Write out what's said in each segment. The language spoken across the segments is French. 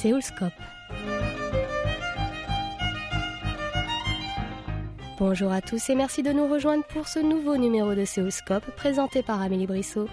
Séoulscope. Bonjour à tous et merci de nous rejoindre pour ce nouveau numéro de Séoulscope présenté par Amélie Brissot.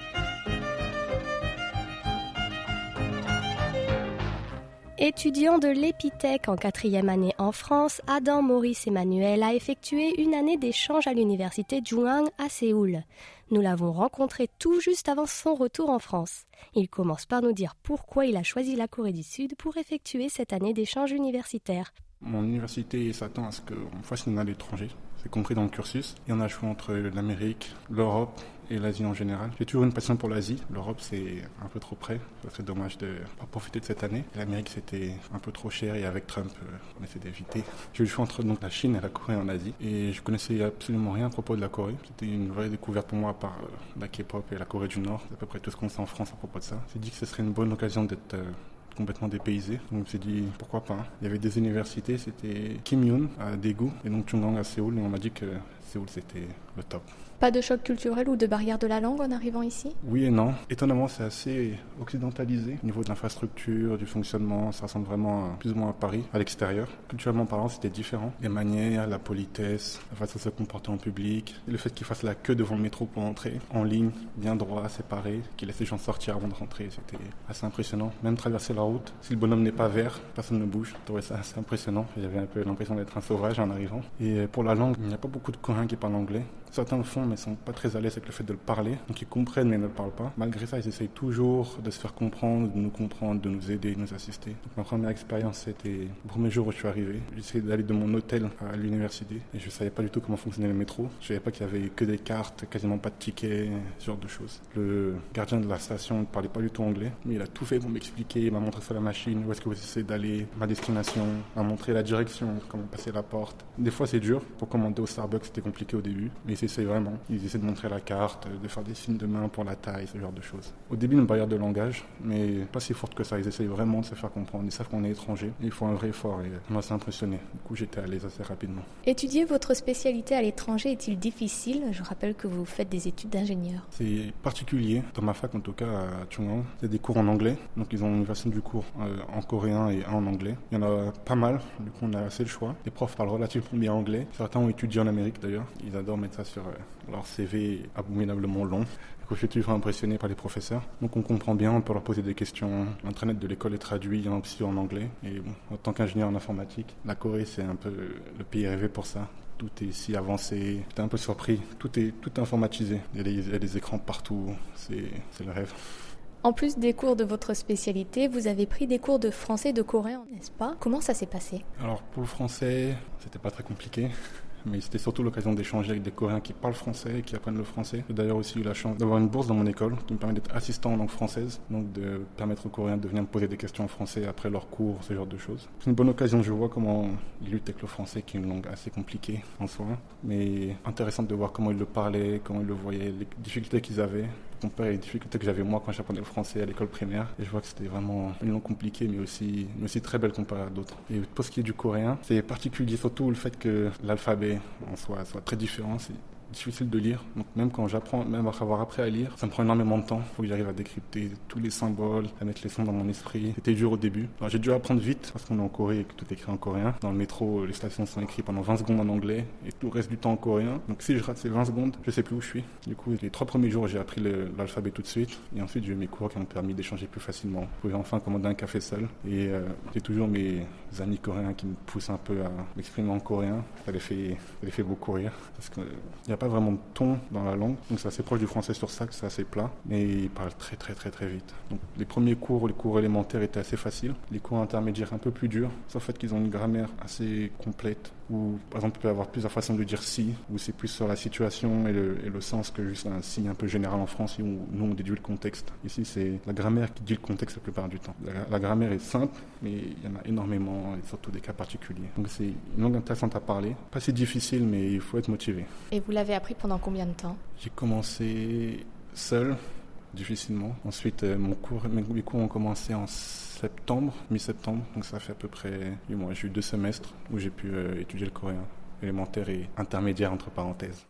Étudiant de l'Épithèque en 4e année en France, Adam Maurice Emmanuel a effectué une année d'échange à l'université Jungang à Séoul. Nous l'avons rencontré tout juste avant son retour en France. Il commence par nous dire pourquoi il a choisi la Corée du Sud pour effectuer cette année d'échange universitaire. Mon université s'attend à ce qu'on fasse une année à l'étranger, c'est compris dans le cursus. Et on a le choix entre l'Amérique, l'Europe et l'Asie en général. J'ai toujours une passion pour l'Asie. L'Europe, c'est un peu trop près. Ça serait dommage de ne pas profiter de cette année. L'Amérique, c'était un peu trop cher et avec Trump, on essaie d'éviter. J'ai eu le choix entre donc, la Chine et la Corée en Asie. Et je connaissais absolument rien à propos de la Corée. C'était une vraie découverte pour moi par la K-pop et la Corée du Nord. C'est à peu près tout ce qu'on sait en France à propos de ça. J'ai dit que ce serait une bonne occasion d'être complètement dépaysé. Donc je me suis dit pourquoi pas. Il y avait des universités, c'était Kim Yoon à Daegu et donc Chunggang à Séoul et on m'a dit que Séoul c'était le top. Pas de choc culturel ou de barrière de la langue en arrivant ici ? Oui et non. Étonnamment, c'est assez occidentalisé. Au niveau de l'infrastructure, du fonctionnement, ça ressemble vraiment plus ou moins à Paris, à l'extérieur. Culturellement parlant, c'était différent. Les manières, la politesse, la façon de se comporter en public, le fait qu'ils fassent la queue devant le métro pour entrer, en ligne, bien droit, séparé, qu'ils laissent les gens sortir avant de rentrer, c'était assez impressionnant. Même traverser la route, si le bonhomme n'est pas vert, personne ne bouge. Je trouvais ça assez impressionnant. J'avais un peu l'impression d'être un sauvage en arrivant. Et pour la langue, il n'y a pas beaucoup de Coréens qui parlent anglais. Certains le font, mais sont pas très à l'aise avec le fait de le parler. Donc ils comprennent, mais ne le parlent pas. Malgré ça, ils essayent toujours de se faire comprendre, de nous aider, de nous assister. Donc ma première expérience, c'était le premier jour où je suis arrivé. J'essayais d'aller de mon hôtel à l'université et je savais pas du tout comment fonctionnait le métro. Je savais pas qu'il y avait que des cartes, quasiment pas de tickets, ce genre de choses. Le gardien de la station ne parlait pas du tout anglais, mais il a tout fait pour m'expliquer. Il m'a montré sur la machine où est-ce que vous essayez d'aller, ma destination, m'a montré la direction, comment passer la porte. Des fois, c'est dur. Pour commander au Starbucks, c'était compliqué au début, mais ils essayent vraiment. Ils essaient de montrer la carte, de faire des signes de main pour la taille, ce genre de choses. Au début, une barrière de langage, mais pas si forte que ça. Ils essayent vraiment de se faire comprendre. Ils savent qu'on est étranger. Et il faut un vrai effort et on m'a assez impressionné. Du coup, j'étais à l'aise assez rapidement. Étudier votre spécialité à l'étranger est-il difficile ? Je rappelle que vous faites des études d'ingénieur. C'est particulier. Dans ma fac, en tout cas, à Chunggang, il y a des cours en anglais. Donc, ils ont une version du cours en coréen et un en anglais. Il y en a pas mal. Du coup, on a assez le choix. Les profs parlent relativement bien anglais. Certains ont étudié en Amérique, d'ailleurs. Ils adorent mettre ça sur leur CV abominablement long. Je suis toujours impressionné par les professeurs. Donc on comprend bien, on peut leur poser des questions. L'intranet de l'école est traduit aussi en anglais. Et bon, en tant qu'ingénieur en informatique, la Corée c'est un peu le pays rêvé pour ça. Tout est si avancé. J'étais un peu surpris. Tout est informatisé. Il y a des écrans partout. C'est le rêve. En plus des cours de votre spécialité, vous avez pris des cours de français et de coréen, n'est-ce pas ? Comment ça s'est passé ? Alors pour le français, c'était pas très compliqué. Mais c'était surtout l'occasion d'échanger avec des Coréens qui parlent français et qui apprennent le français. J'ai d'ailleurs aussi eu la chance d'avoir une bourse dans mon école qui me permet d'être assistant en langue française, donc de permettre aux Coréens de venir me poser des questions en français après leurs cours, ce genre de choses. C'est une bonne occasion, je vois comment ils luttent avec le français, qui est une langue assez compliquée en soi, mais intéressante de voir comment ils le parlaient, comment ils le voyaient, les difficultés qu'ils avaient. Comparé aux difficultés que j'avais moi quand j'apprenais le français à l'école primaire. Et je vois que c'était vraiment une langue compliquée, mais aussi très belle comparée à d'autres. Et pour ce qui est du coréen, c'est particulier, surtout le fait que l'alphabet en soi soit très différent. C'est difficile de lire. Donc même quand j'apprends, même après avoir appris à lire, ça me prend énormément de temps. Il faut que j'arrive à décrypter tous les symboles, à mettre les sons dans mon esprit. C'était dur au début. Alors j'ai dû apprendre vite parce qu'on est en Corée et que tout est écrit en coréen. Dans le métro, les stations sont écrites pendant 20 secondes en anglais et tout le reste du temps en coréen. Donc si je rate ces 20 secondes, je sais plus où je suis. Du coup, les 3 premiers jours, j'ai appris l'alphabet tout de suite. Et ensuite, j'ai eu mes cours qui m'ont permis d'échanger plus facilement. Je pouvais enfin commander un café seul. Et j'ai toujours mes amis coréens qui me poussent un peu à m'exprimer en coréen. Ça les fait beaucoup rire parce qu'il n'y a pas vraiment de ton dans la langue, donc c'est assez proche du français sur ça, que c'est assez plat, mais ils parlent très très très très vite. Donc les premiers cours, les cours élémentaires étaient assez faciles, les cours intermédiaires un peu plus durs, sauf fait qu'ils ont une grammaire assez complète, où par exemple il peut y avoir plusieurs façons de dire si, où c'est plus sur la situation et le sens que juste un si un peu général en France, où nous on déduit le contexte. Ici c'est la grammaire qui dit le contexte la plupart du temps. La grammaire est simple, mais il y en a énormément, et surtout des cas particuliers. Donc c'est une langue intéressante à parler, pas si difficile, mais il faut être motivé. Et vous l'avez appris pendant combien de temps ? J'ai commencé seul, difficilement. Ensuite, mes cours ont commencé en mi-septembre, donc ça fait à peu près 8 mois. J'ai eu 2 semestres où j'ai pu étudier le coréen, élémentaire et intermédiaire entre parenthèses.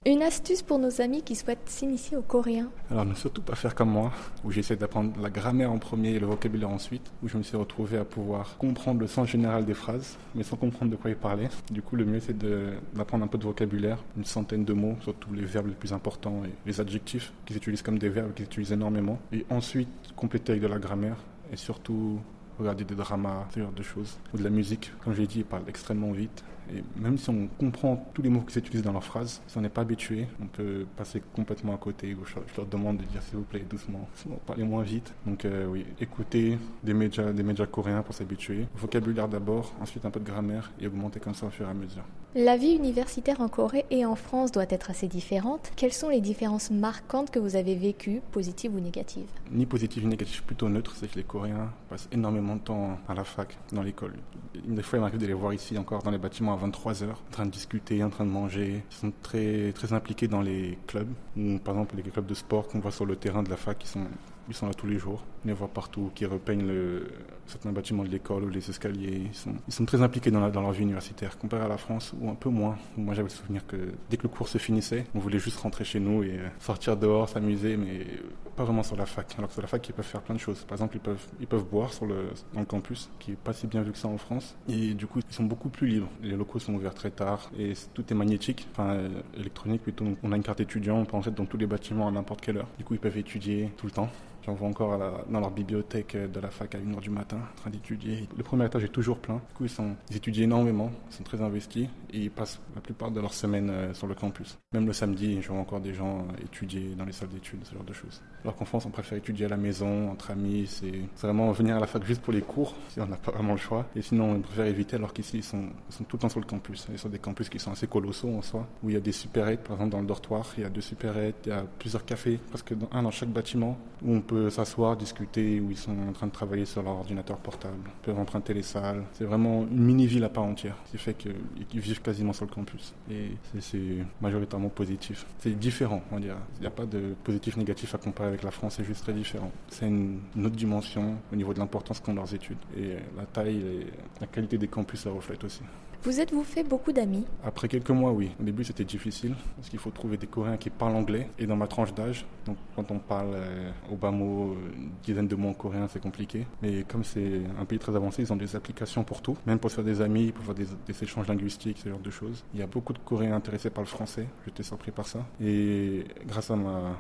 Une astuce pour nos amis qui souhaitent s'initier au coréen? Alors ne surtout pas faire comme moi, où j'essaie d'apprendre la grammaire en premier et le vocabulaire ensuite, où je me suis retrouvé à pouvoir comprendre le sens général des phrases, mais sans comprendre de quoi ils parlaient. Du coup, le mieux c'est d'apprendre un peu de vocabulaire, une centaine de mots, surtout les verbes les plus importants et les adjectifs qu'ils utilisent comme des verbes qu'ils utilisent énormément. Et ensuite, compléter avec de la grammaire et surtout regarder des dramas, ce genre de choses, ou de la musique. Comme je l'ai dit, ils parlent extrêmement vite. Et même si on comprend tous les mots qu'ils utilisent dans leurs phrases, si on n'est pas habitué, on peut passer complètement à côté. Je leur demande de dire s'il vous plaît doucement, parlez moins vite. Donc oui, écouter des médias coréens pour s'habituer. Vocabulaire d'abord, ensuite un peu de grammaire et augmenter comme ça au fur et à mesure. La vie universitaire en Corée et en France doit être assez différente. Quelles sont les différences marquantes que vous avez vécues, positives ou négatives? Ni positif ni négatif, plutôt neutre. C'est que les Coréens passent énormément de temps à la fac, dans l'école. Des fois, il m'arrive de les voir ici encore dans les bâtiments à 23h, en train de discuter, en train de manger. Ils sont très, très impliqués dans les clubs, ou par exemple les clubs de sport qu'on voit sur le terrain de la fac, ils sont là tous les jours. On les voit partout, qui repeignent certains bâtiments de l'école ou les escaliers. Ils sont très impliqués dans leur vie universitaire, comparé à la France, ou un peu moins. Moi, j'avais le souvenir que dès que le cours se finissait, on voulait juste rentrer chez nous et sortir dehors, s'amuser, mais pas vraiment sur la fac. Alors que sur la fac, ils peuvent faire plein de choses. Par exemple, ils peuvent boire dans le campus, qui n'est pas si bien vu que ça en France. Et du coup, ils sont beaucoup plus libres. Les locaux sont ouverts très tard et tout est magnétique, électronique plutôt. Donc, on a une carte étudiant, on peut entrer dans tous les bâtiments à n'importe quelle heure. Du coup, ils peuvent étudier tout le temps. J'en vois encore dans leur bibliothèque de la fac à 1h du matin, en train d'étudier. Le premier étage est toujours plein. Du coup, ils étudient énormément, ils sont très investis et ils passent la plupart de leur semaine sur le campus. Même le samedi, je vois encore des gens étudier dans les salles d'études, ce genre de choses. Alors qu'en France, on préfère étudier à la maison, entre amis. C'est vraiment venir à la fac juste pour les cours, si on n'a pas vraiment le choix. Et sinon, on préfère éviter, alors qu'ici, ils sont tout le temps sur le campus. Et sur des campus qui sont assez colossaux en soi, où il y a des supérettes, par exemple dans le dortoir, il y a 2 supérettes, il y a plusieurs cafés, parce que dans chaque bâtiment, où on peut s'asseoir, discuter, où ils sont en train de travailler sur leur ordinateur portable. Ils peuvent emprunter les salles. C'est vraiment une mini-ville à part entière, ce qui fait qu'ils vivent quasiment sur le campus. Et c'est majoritairement positif. C'est différent, on dirait. Il n'y a pas de positif, négatif à comparer avec la France, c'est juste très différent. C'est une autre dimension au niveau de l'importance qu'ont leurs études. Et la taille et la qualité des campus, ça reflète aussi. Vous êtes-vous fait beaucoup d'amis? Après quelques mois, oui. Au début, c'était difficile parce qu'il faut trouver des Coréens qui parlent anglais. Et dans ma tranche d'âge, donc quand on parle au bas mot, une dizaine de mots en coréen, c'est compliqué. Mais comme c'est un pays très avancé, ils ont des applications pour tout. Même pour se faire des amis, pour faire des échanges linguistiques, ce genre de choses. Il y a beaucoup de Coréens intéressés par le français. J'étais surpris par ça. Et grâce à ma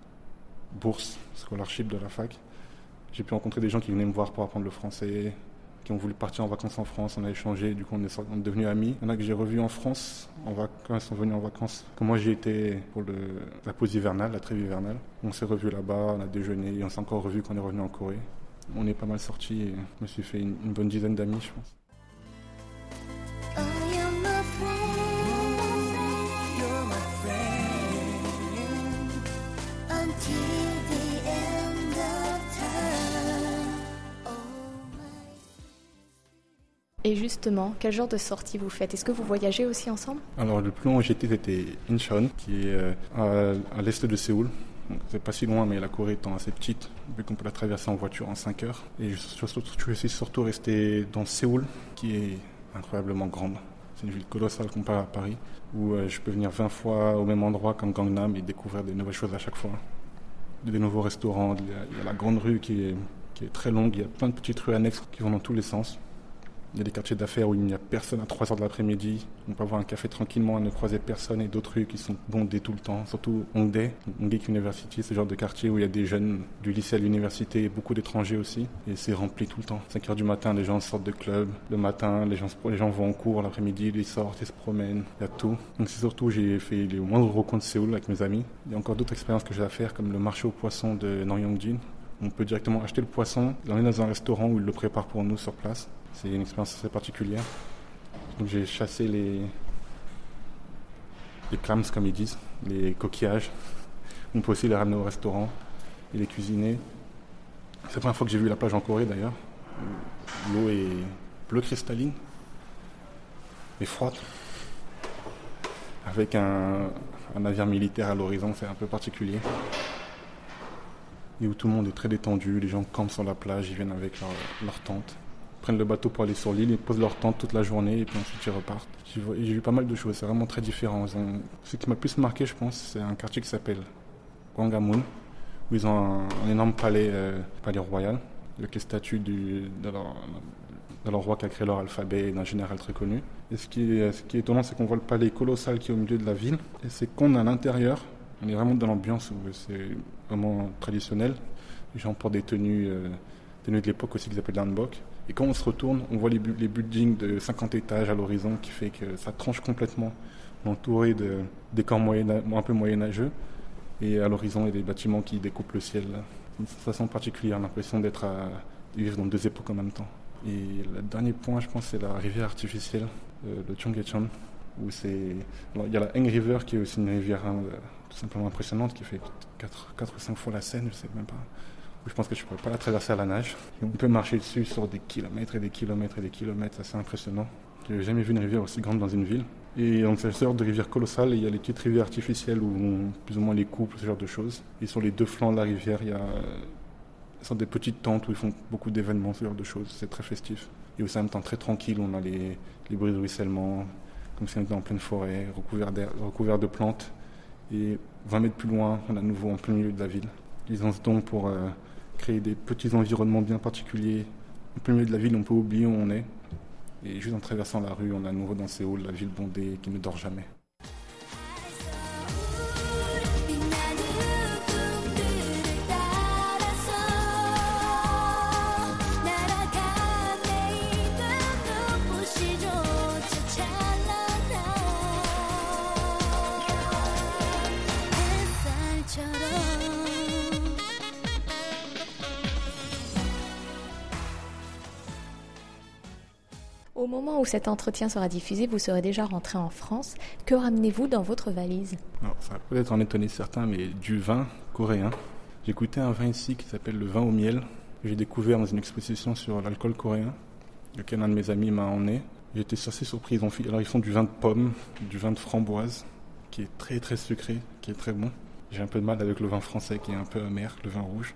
bourse scholarship de la fac, j'ai pu rencontrer des gens qui venaient me voir pour apprendre le français, qui ont voulu partir en vacances en France, on a échangé, du coup on est devenus amis. Il y en a que j'ai revus en France, quand ils sont venus en vacances. Comme moi j'y étais pour la pause hivernale, la trêve hivernale. On s'est revus là-bas, on a déjeuné et on s'est encore revus quand on est revenu en Corée. On est pas mal sortis et je me suis fait une bonne dizaine d'amis, je pense. Et justement, quel genre de sortie vous faites? Est-ce que vous voyagez aussi ensemble? Alors le plus long où j'étais, c'était Incheon, qui est à l'est de Séoul. Donc, c'est pas si loin, mais la Corée étant assez petite, vu qu'on peut la traverser en voiture en 5 heures. Et je suis surtout resté dans Séoul, qui est incroyablement grande. C'est une ville colossale comparée à Paris, où je peux venir 20 fois au même endroit comme Gangnam et découvrir de nouvelles choses à chaque fois. Des nouveaux restaurants, il y a la grande rue qui est très longue, il y a plein de petites rues annexes qui vont dans tous les sens. Il y a des quartiers d'affaires où il n'y a personne à 3h de l'après-midi. On peut avoir un café tranquillement, ne croiser personne, et d'autres rues qui sont bondées tout le temps. Surtout Hongdae University, ce genre de quartier où il y a des jeunes du lycée à l'université et beaucoup d'étrangers aussi. Et c'est rempli tout le temps. 5h du matin, les gens sortent de club. Le matin, les gens vont en cours. L'après-midi, ils sortent, ils se promènent. Il y a tout. Donc c'est surtout, j'ai fait les moindres rencontres de Séoul avec mes amis. Il y a encore d'autres expériences que j'ai à faire, comme le marché aux poissons de Nongyongjin. On peut directement acheter le poisson, l'emmener dans un restaurant où ils le préparent pour nous sur place. C'est une expérience assez particulière. Donc j'ai chassé les clams, comme ils disent, les coquillages. On peut aussi les ramener au restaurant et les cuisiner. C'est la première fois que j'ai vu la plage en Corée d'ailleurs. L'eau est bleue cristalline, mais froide. Avec un navire militaire à l'horizon, c'est un peu particulier. Et où tout le monde est très détendu, les gens campent sur la plage, ils viennent avec leur tente. prennent le bateau pour aller sur l'île, ils posent leur tente toute la journée et puis ensuite ils repartent. J'ai vu pas mal de choses, c'est vraiment très différent. Ce qui m'a plus marqué, je pense, c'est un quartier qui s'appelle Gwanghwamun, où ils ont un énorme palais royal, avec les statues de leur roi qui a créé leur alphabet et d'un général très connu. Et ce qui est étonnant, c'est qu'on voit le palais colossal qui est au milieu de la ville. Et c'est qu'on est à l'intérieur, on est vraiment dans l'ambiance où c'est vraiment traditionnel. Les gens portent des tenues de l'époque aussi qu'ils appellent l'hanbok. Et quand on se retourne, on voit les buildings de 50 étages à l'horizon qui fait que ça tranche complètement, entouré de décors un peu moyenâgeux. Et à l'horizon, il y a des bâtiments qui découpent le ciel. C'est une sensation particulière, l'impression de vivre dans deux époques en même temps. Et le dernier point, je pense, c'est la rivière artificielle, le Cheonggyecheon, où alors, il y a la Eng River qui est aussi une rivière tout simplement impressionnante, qui fait 4 ou 5 fois la Seine, je sais même pas. Je pense que je ne pourrais pas la traverser à la nage. Et on peut marcher dessus sur des kilomètres et des kilomètres et des kilomètres, c'est assez impressionnant. Je n'ai jamais vu une rivière aussi grande dans une ville. Et donc c'est une sorte de rivière colossale, et il y a les petites rivières artificielles où on plus ou moins les couple, ce genre de choses. Et sur les deux flancs de la rivière, il y a sont des petites tentes où ils font beaucoup d'événements, ce genre de choses. C'est très festif. Et aussi en même temps très tranquille, on a les bruits de ruissellement, comme si on était en pleine forêt, recouvert de plantes. Et 20 mètres plus loin, on est à nouveau en plein milieu de la ville. Ils ont ce don pour créer des petits environnements bien particuliers. En plein milieu de la ville, on peut oublier où on est. Et juste en traversant la rue, on est à nouveau dans Séoul, la ville bondée qui ne dort jamais. Au moment où cet entretien sera diffusé, vous serez déjà rentré en France. Que ramenez-vous dans votre valise ? Alors, ça va peut-être en étonner certains, mais du vin coréen. J'ai goûté un vin ici qui s'appelle le vin au miel, que j'ai découvert dans une exposition sur l'alcool coréen, lequel un de mes amis m'a emmené. J'ai été assez surpris. Ils font du vin de pomme, du vin de framboise, qui est très très sucré, qui est très bon. J'ai un peu de mal avec le vin français qui est un peu amer, le vin rouge.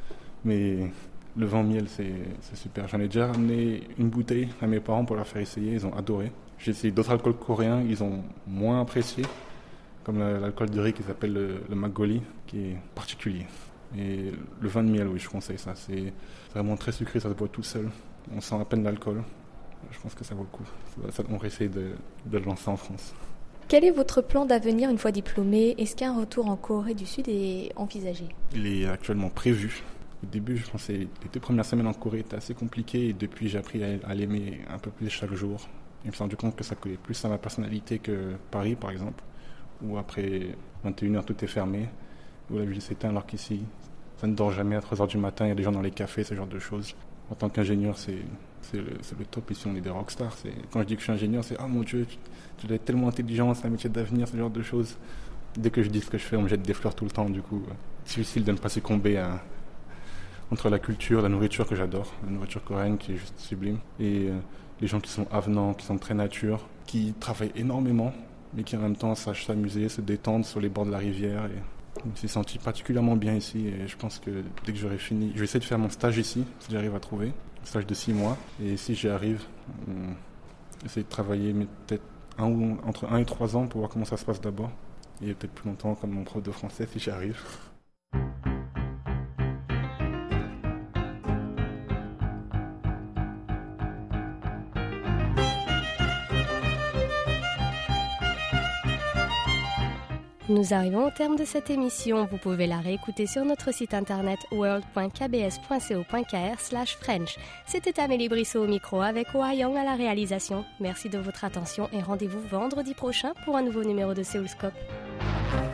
Mais le vin au miel, c'est super. J'en ai déjà ramené une bouteille à mes parents pour leur faire essayer. Ils ont adoré. J'ai essayé d'autres alcools coréens. Ils ont moins apprécié. Comme l'alcool de riz qui s'appelle le makgeolli, qui est particulier. Et le vin de miel, oui, je conseille ça. C'est vraiment très sucré. Ça se boit tout seul. On sent à peine l'alcool. Je pense que ça vaut le coup. On va essayer de le lancer en France. Quel est votre plan d'avenir une fois diplômé ? Est-ce qu'un retour en Corée du Sud est envisagé ? Il est actuellement prévu. Au début, je pensais les 2 premières semaines en Corée étaient assez compliquées et depuis, j'ai appris à l'aimer un peu plus chaque jour. Et je me suis rendu compte que ça collait plus à ma personnalité que Paris, par exemple, où après 21h, tout est fermé, où la ville s'éteint, alors qu'ici, ça ne dort jamais à 3h du matin, il y a des gens dans les cafés, ce genre de choses. En tant qu'ingénieur, c'est le top ici, on est des rockstars. Quand je dis que je suis ingénieur, c'est « Ah mon Dieu, tu dois être tellement intelligent, c'est un métier d'avenir, ce genre de choses ». Dès que je dis ce que je fais, on me jette des fleurs tout le temps, du coup, difficile de ne pas succomber entre la culture, la nourriture que j'adore, la nourriture coréenne qui est juste sublime, et les gens qui sont avenants, qui sont très nature, qui travaillent énormément, mais qui en même temps sachent s'amuser, se détendre sur les bords de la rivière. Et je me suis senti particulièrement bien ici, et je pense que dès que j'aurai fini, je vais essayer de faire mon stage ici, si j'arrive à trouver, un stage de 6 mois, et si j'y arrive, essayer de travailler mais peut-être entre 1 et 3 ans pour voir comment ça se passe d'abord, et peut-être plus longtemps comme mon prof de français si j'y arrive. Nous arrivons au terme de cette émission. Vous pouvez la réécouter sur notre site internet world.kbs.co.kr/French. C'était Amélie Brissot au micro avec Oh Young à la réalisation. Merci de votre attention et rendez-vous vendredi prochain pour un nouveau numéro de Séoulscope.